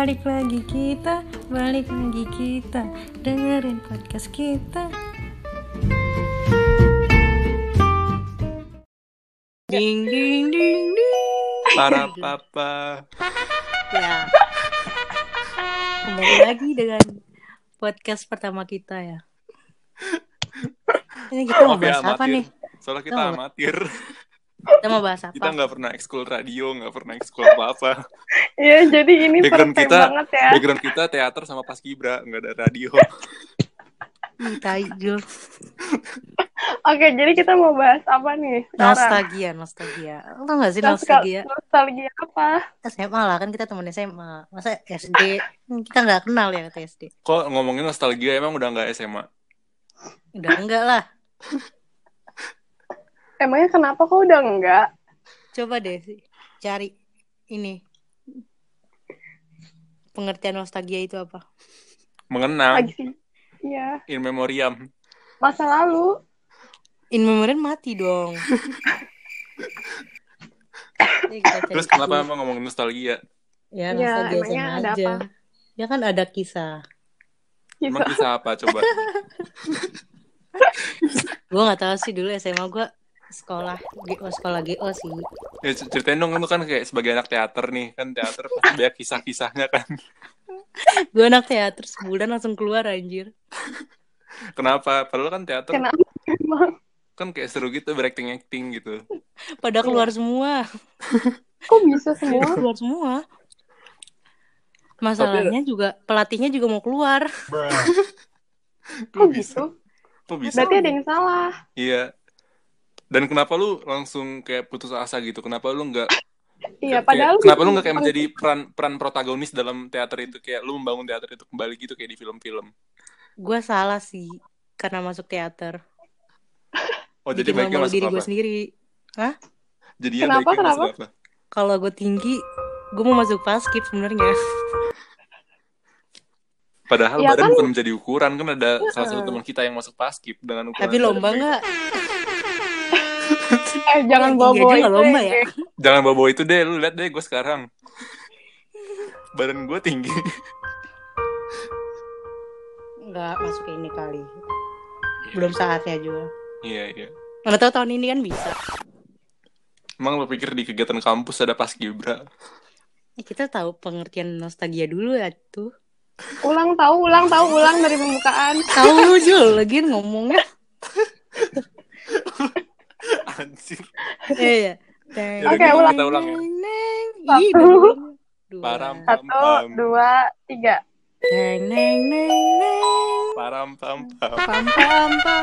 Balik lagi kita dengerin podcast kita. Ding ding ding ding. Para papa. Ya. Kembali lagi dengan podcast pertama kita ya. Ini kita mau bahas apa nih? Soalnya kita amatir. Kita mau bahas apa? Kita nggak pernah ekskul radio, nggak pernah ekskul apa-apa. Iya, jadi ini background perfect kita, banget ya. Background kita teater sama paskibra, nggak ada radio. Tai Jul. Oke, jadi kita mau bahas apa nih sekarang? Nostalgia. Lo nggak sih nostalgia? Nostalgia apa? SMA lah, kan kita temen SMA. Masa SD? Kita nggak kenal ya kata SD. Kok ngomongin nostalgia emang udah nggak SMA? Udah enggak lah. Emangnya kenapa kok udah enggak? Coba deh cari ini. Pengertian nostalgia itu apa? Mengenang. Lagi sih. Iya. In memoriam. Masa lalu. In memoriam mati dong. Terus kenapa emang ngomongin nostalgia? Ya, nostalgia emangnya sama ada aja. apa? Ya kan ada kisah. Emang kisah apa coba? Gue nggak tahu sih, dulu SMA gue sekolah GO sih. Ya, ceritain dong, lu kan kayak sebagai anak teater nih, kan teater pasti banyak kisah-kisahnya kan. Gue anak teater sebulan langsung keluar anjir. Kenapa? Padahal kan teater. Kenapa emang? Kan kayak seru gitu, berakting-acting gitu. Pada keluar semua. Kok bisa semua? Keluar semua. Masalahnya juga pelatihnya juga mau keluar. Kok gitu? Kok bisa? Berarti ada yang salah. Iya. Dan kenapa lu langsung kayak putus asa gitu? Kenapa lu nggak? Iya, padahal. Kenapa lu nggak kayak menjadi peran protagonis dalam teater itu? Kayak lu membangun teater itu kembali gitu kayak di film-film. Gue salah sih karena masuk teater. Oh, jadi baiknya masuk diri apa? Gue sendiri. Hah? Jadinya baiknya masuk apa? Kalau gue tinggi, gue mau masuk paskib sebenarnya. Padahal ya badan kan, bukan menjadi ukuran, kan ada salah satu teman kita yang masuk paskib dengan ukuran. Tapi lomba nggak? Jangan bawa-bawa itu lomba ya. Jangan bawa-bawa itu deh, lu lihat deh gue sekarang. Badan gue tinggi. Nggak masuk ke ini kali. Belum saatnya juga. Iya. Nggak tahu tahun ini kan bisa. Emang lo pikir di kegiatan kampus ada paskibra? Kita tahu pengertian nostalgia dulu ya tuh. Ulang dari pembukaan. Tahu Jul, lagi ngomongnya. Anjir. Iya. Oke, ulang. Kita ulang ya. Satu, 2, 3. Neng. Param pam. Pam.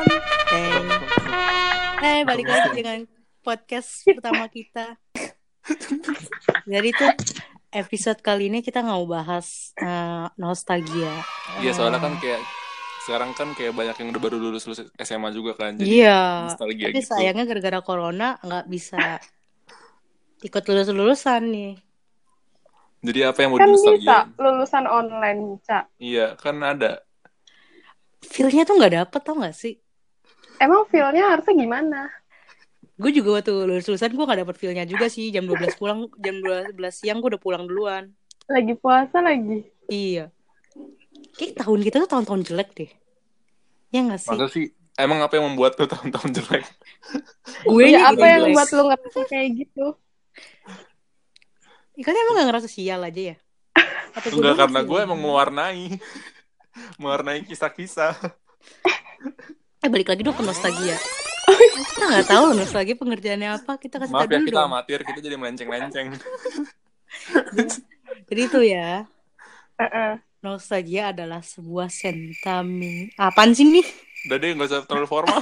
Balik lagi dengan podcast pertama kita. Jadi tuh episode kali ini kita nggak mau bahas nostalgia. Iya, soalnya kan kayak sekarang kan kayak banyak yang udah baru lulus SMA juga kan. Jadi iya. Nostalgia tapi gitu. Sayangnya gara-gara corona nggak bisa ikut lulusan nih. Jadi apa yang mau kan nostalgia? Bisa lulusan online, Ca. Iya, kan ada. Feel-nya tuh nggak dapet, tau nggak sih? Emang feel-nya harusnya gimana? Gue juga waktu lulusan gue nggak dapet feel-nya juga sih. Jam 12 pulang, jam 12 siang gue udah pulang duluan. Lagi puasa lagi. Iya. Kayak tahun kita tuh tahun-tahun jelek deh. Ya nggak sih? Masa sih? Emang apa yang membuat lo tahun-tahun jelek? Gue ya, apa yang jelek. membuat lo ngerasa kayak gitu? Kan emang gak ngerasa sial aja ya? Enggak, karena gue emang mewarnai kisah-kisah. Balik lagi dong ke nostalgia. Kita gak tahu nostalgia pengertiannya apa. Kita kasih maaf tahu ya, dulu kita dong. amatir, kita jadi melenceng-lenceng. Jadi itu ya. Nostalgia adalah sebuah sentimen. Apaan sih nih? Udah deh, gak usah terlalu formal.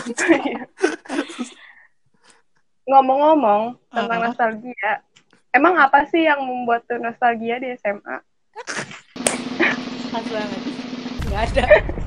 Ngomong-ngomong tentang nostalgia, emang apa sih yang membuat tuh nostalgia di SMA? Pas banget. Gak ada.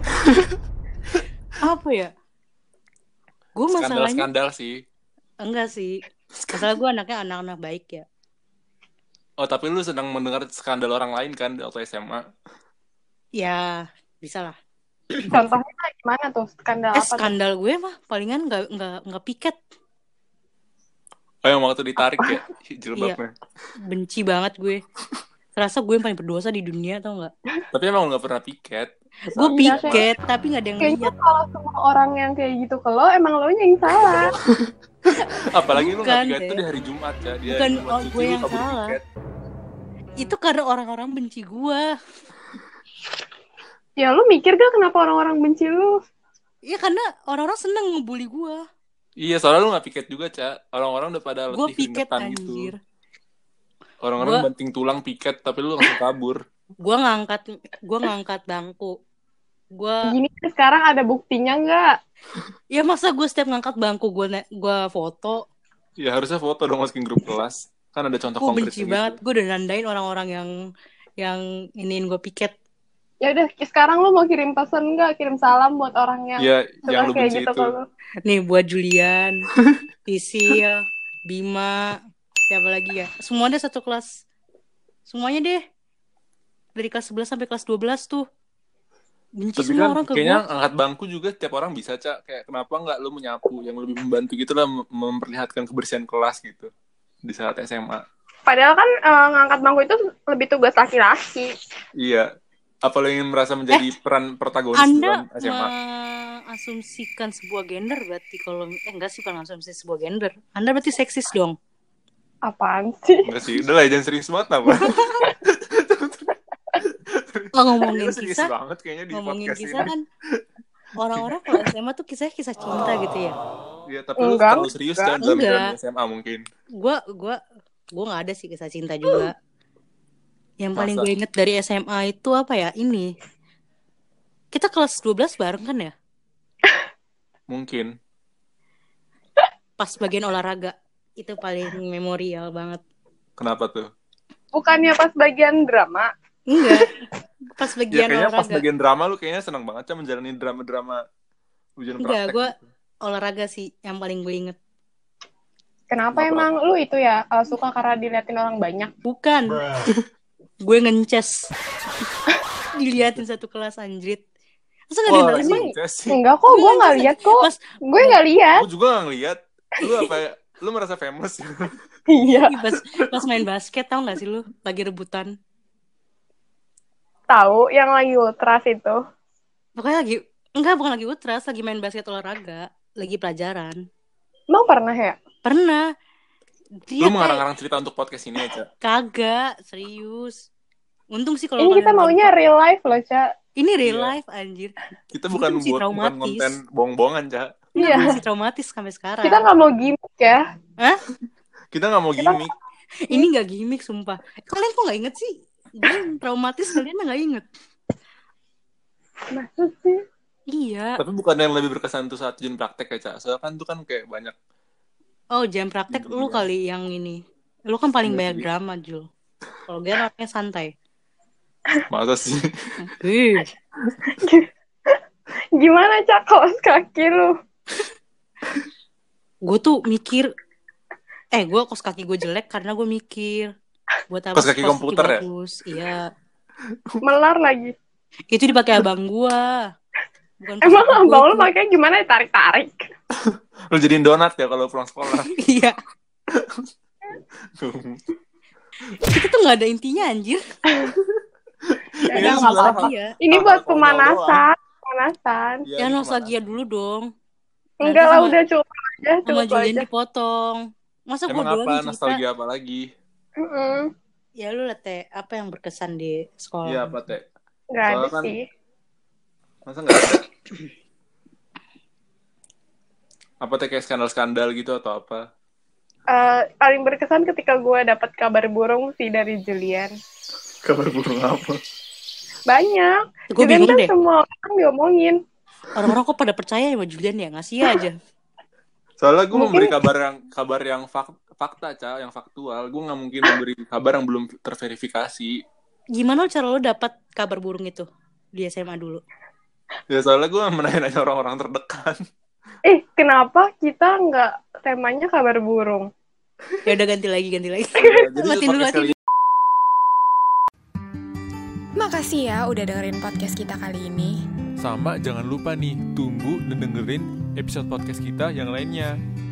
Apa ya? Gue masalahnya Skandal sih. Enggak sih. Masalah gue anaknya anak-anak baik ya. Oh, tapi lu sedang mendengar skandal orang lain kan waktu SMA? Ya, bisa lah. Contohnya gimana tuh? Skandal apa? Skandal gue mah palingan nggak piket. Oh, yang waktu ditarik ya jilbabnya. Iya. Benci banget gue. Terasa gue yang paling berdosa di dunia, tau nggak? Tapi emang lu gak pernah piket. Gue Iya, piket, tapi nggak ada yang Kayaknya lihat. kalau semua orang yang kayak gitu ke lo, emang lo yang salah. Apalagi lu Bukan, gak piket Teh. itu di hari Jumat ya. Dia Bukan, Jumat suci, gue lu yang kabur salah. piket. Itu karena orang-orang benci gue. Ya lo mikir gak kenapa orang-orang benci lo? Iya, karena orang-orang seneng ngebully gue. Iya, soalnya lu gak piket juga, Ca. Orang-orang udah pada Gue letih piket keringetan anjir. gitu. Orang-orang Gua- banting tulang piket, tapi lu langsung kabur. Gue ngangkat bangku. Gini sekarang ada buktinya nggak? Ya masa gue setiap ngangkat bangku gue foto. Ya harusnya foto dong masukin grup kelas. Kan ada contoh Gue konkretnya benci gitu. banget. Gue udah nandain orang-orang yang iniin gue piket. Ya udah, sekarang lo mau kirim pesan nggak? Kirim salam buat orang yang Iya, suka yang lu kayak benci gitu itu. ke lo. Nih buat Julian, Sisil, Bima, siapa lagi ya? Semuanya satu kelas. Semuanya deh. Dari kelas 11 sampai kelas 12 tuh. Benci Tapi semua kan orang ke kayaknya gue. angkat bangku juga tiap orang bisa, Cak. Kayak kenapa nggak lu menyapu yang lebih membantu gitu lah, memperlihatkan kebersihan kelas gitu di saat SMA. Padahal kan ngangkat bangku itu lebih tugas laki-laki. Iya. Apa lo ingin merasa menjadi peran protagonis Anda dalam SMA? mengasumsikan sebuah gender berarti kalau enggak sih, bukan asumsi sebuah gender. Anda berarti seksis dong. Apaan sih? Enggak sih, udah lah jangan serius banget apa. Ngomongin Serius kisah, banget kayaknya di ngomongin podcast kisah ini. kan orang-orang kalau SMA tuh kisah cinta gitu ya. Iya, tapi lu Enggak, terlalu serius enggak. kan dalam Enggak. jalan SMA mungkin. Gue nggak ada sih kisah cinta juga. Yang paling Masa? gue inget dari SMA itu apa ya? Ini kita kelas 12 bareng kan ya? Mungkin. Pas bagian olahraga itu paling memorial banget. Kenapa tuh? Bukannya pas bagian drama? Enggak. Pas Ya bagian kayaknya pas olahraga. bagian drama lu kayaknya senang banget ya menjalani drama-drama ujian Enggak, praktek. gue olahraga sih yang paling gue inget. Kenapa Kenapa? emang lu itu ya suka karena diliatin orang banyak? Bukan. Gue ngences. Diliatin satu kelas anjrit. Masa gak ada yang tahu sih? enggak sih. Enggak kok, gue nggak lihat kok. Pas Gue nggak lihat. Gue juga gak ngeliat. Lu apa ya? Lu merasa famous ya? Iya. pas main basket, tau gak sih lu? Lagi rebutan. Tahu yang lagi ultras itu. Pokoknya bukan lagi ultras, lagi main basket olahraga, lagi pelajaran. Emang pernah ya? Pernah. Lu mengarang-arang cerita untuk podcast ini aja. Kagak, serius. Untung sih kalau Ini kita kalian maunya real life loh, Ca. ini real Iya. life anjir. Kita bukan Masih bukan traumatis. konten bohong-bohongan, Cak. Iya. Masih traumatis sampai sekarang. Kita nggak mau gimmick ya. Hah? Kita gak mau gimmick. Ini gak gimmick sumpah. Kalian kok gak inget sih? Gue yang traumatis, kalian gak inget. Maksud sih? Iya. Tapi bukan yang lebih berkesan tuh saat ujian praktek ya, Cak. Soalnya kan tuh kan kayak banyak. Oh, jam praktek lu Iya. kali yang ini. Lu kan paling Iya banyak sih. drama, Jul. Kalau gue orangnya santai. Masa sih? Ih, Gimana, Ca, kaos kaki lu? gue tuh mikir, gue kos kaki gue jelek karena gue mikir buat apa Kos kaki komputer ya? bagus. Iya. Melar lagi. Itu dipakai abang gue. Bukan kos Emang kaki abang gua lu makanya gimana tarik-tarik? Lu jadiin donat ya kalau pulang sekolah. Iya. Kita tuh gak ada intinya anjir. Ya Ini udah, nggak sebenarnya apa-apa. Nostalgia. Ini hal-hal buat konyol pemanasan. Pemanasan. Iya, Ya ini nostalgia dulu dong. Enggak Nanti lah, sama- udah cukup aja. Sama Cukup Julian aja. dipotong. Masa gue Emang doang apa? nih cerita? Nostalgia apa lagi? Mm-mm. Ya lu lah Teh, apa yang berkesan di sekolah? Iya, apa, Teh? Nggak ada Soalnya kan- sih. Masa nggak ada? Apa Teh kayak skandal-skandal gitu atau apa? Paling berkesan ketika gue dapat kabar burung sih dari Julian. Kabar burung apa? Banyak. Gue Julian bingung kan deh. semua orang diomongin. Orang-orang kok pada percaya sama Julian ya? Ngasih aja. Soalnya gue Mungkin- memberi kabar yang fakta, Ca, yang faktual. Gue nggak mungkin memberi kabar yang belum terverifikasi. Gimana cara lo dapat kabar burung itu di SMA dulu? Ya soalnya gue menanya orang-orang terdekat. Kenapa kita nggak temanya kabar burung? Ya udah ganti lagi. Ya, jadi Matiin dulu, podcast kali ini Makasih ya udah dengerin podcast kita kali ini. sama jangan lupa nih tunggu dan dengerin episode podcast kita yang lainnya.